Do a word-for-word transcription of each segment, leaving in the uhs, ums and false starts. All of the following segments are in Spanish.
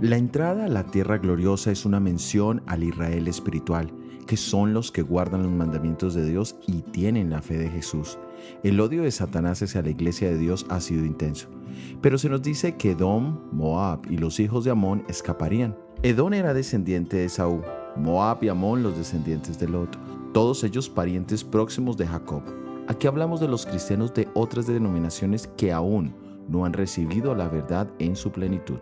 La entrada a la tierra gloriosa es una mención al Israel espiritual, que son los que guardan los mandamientos de Dios y tienen la fe de Jesús. El odio de Satanás hacia la iglesia de Dios ha sido intenso, pero se nos dice que Edom, Moab y los hijos de Amón escaparían. Edom era descendiente de Esaú, Moab y Amón los descendientes de Lot, todos ellos parientes próximos de Jacob. Aquí hablamos de los cristianos de otras denominaciones que aún no han recibido la verdad en su plenitud.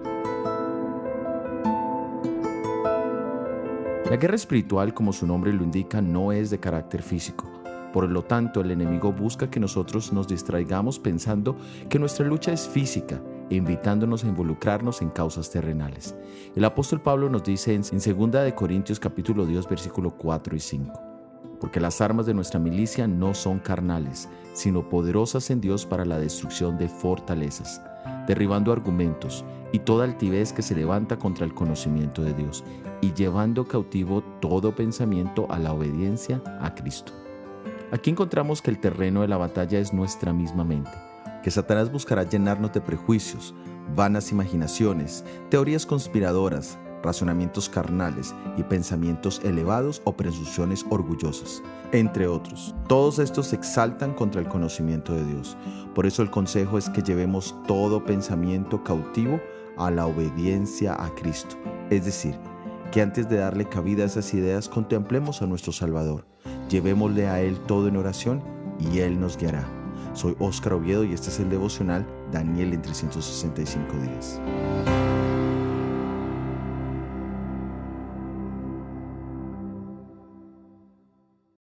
La guerra espiritual, como su nombre lo indica, no es de carácter físico. Por lo tanto, el enemigo busca que nosotros nos distraigamos pensando que nuestra lucha es física e invitándonos a involucrarnos en causas terrenales. El apóstol Pablo nos dice en segunda de Corintios capítulo dos, versículo cuatro y cinco: porque las armas de nuestra milicia no son carnales, sino poderosas en Dios para la destrucción de fortalezas, derribando argumentos y toda altivez que se levanta contra el conocimiento de Dios, y llevando cautivo todo pensamiento a la obediencia a Cristo. Aquí encontramos que el terreno de la batalla es nuestra misma mente, que Satanás buscará llenarnos de prejuicios, vanas imaginaciones, teorías conspiradoras, razonamientos carnales y pensamientos elevados o presunciones orgullosas, entre otros. Todos estos se exaltan contra el conocimiento de Dios. Por eso el consejo es que llevemos todo pensamiento cautivo a la obediencia a Cristo. Es decir, que antes de darle cabida a esas ideas contemplemos a nuestro Salvador, llevémosle a Él todo en oración y Él nos guiará. Soy Óscar Oviedo y este es el devocional Daniel en trescientos sesenta y cinco días.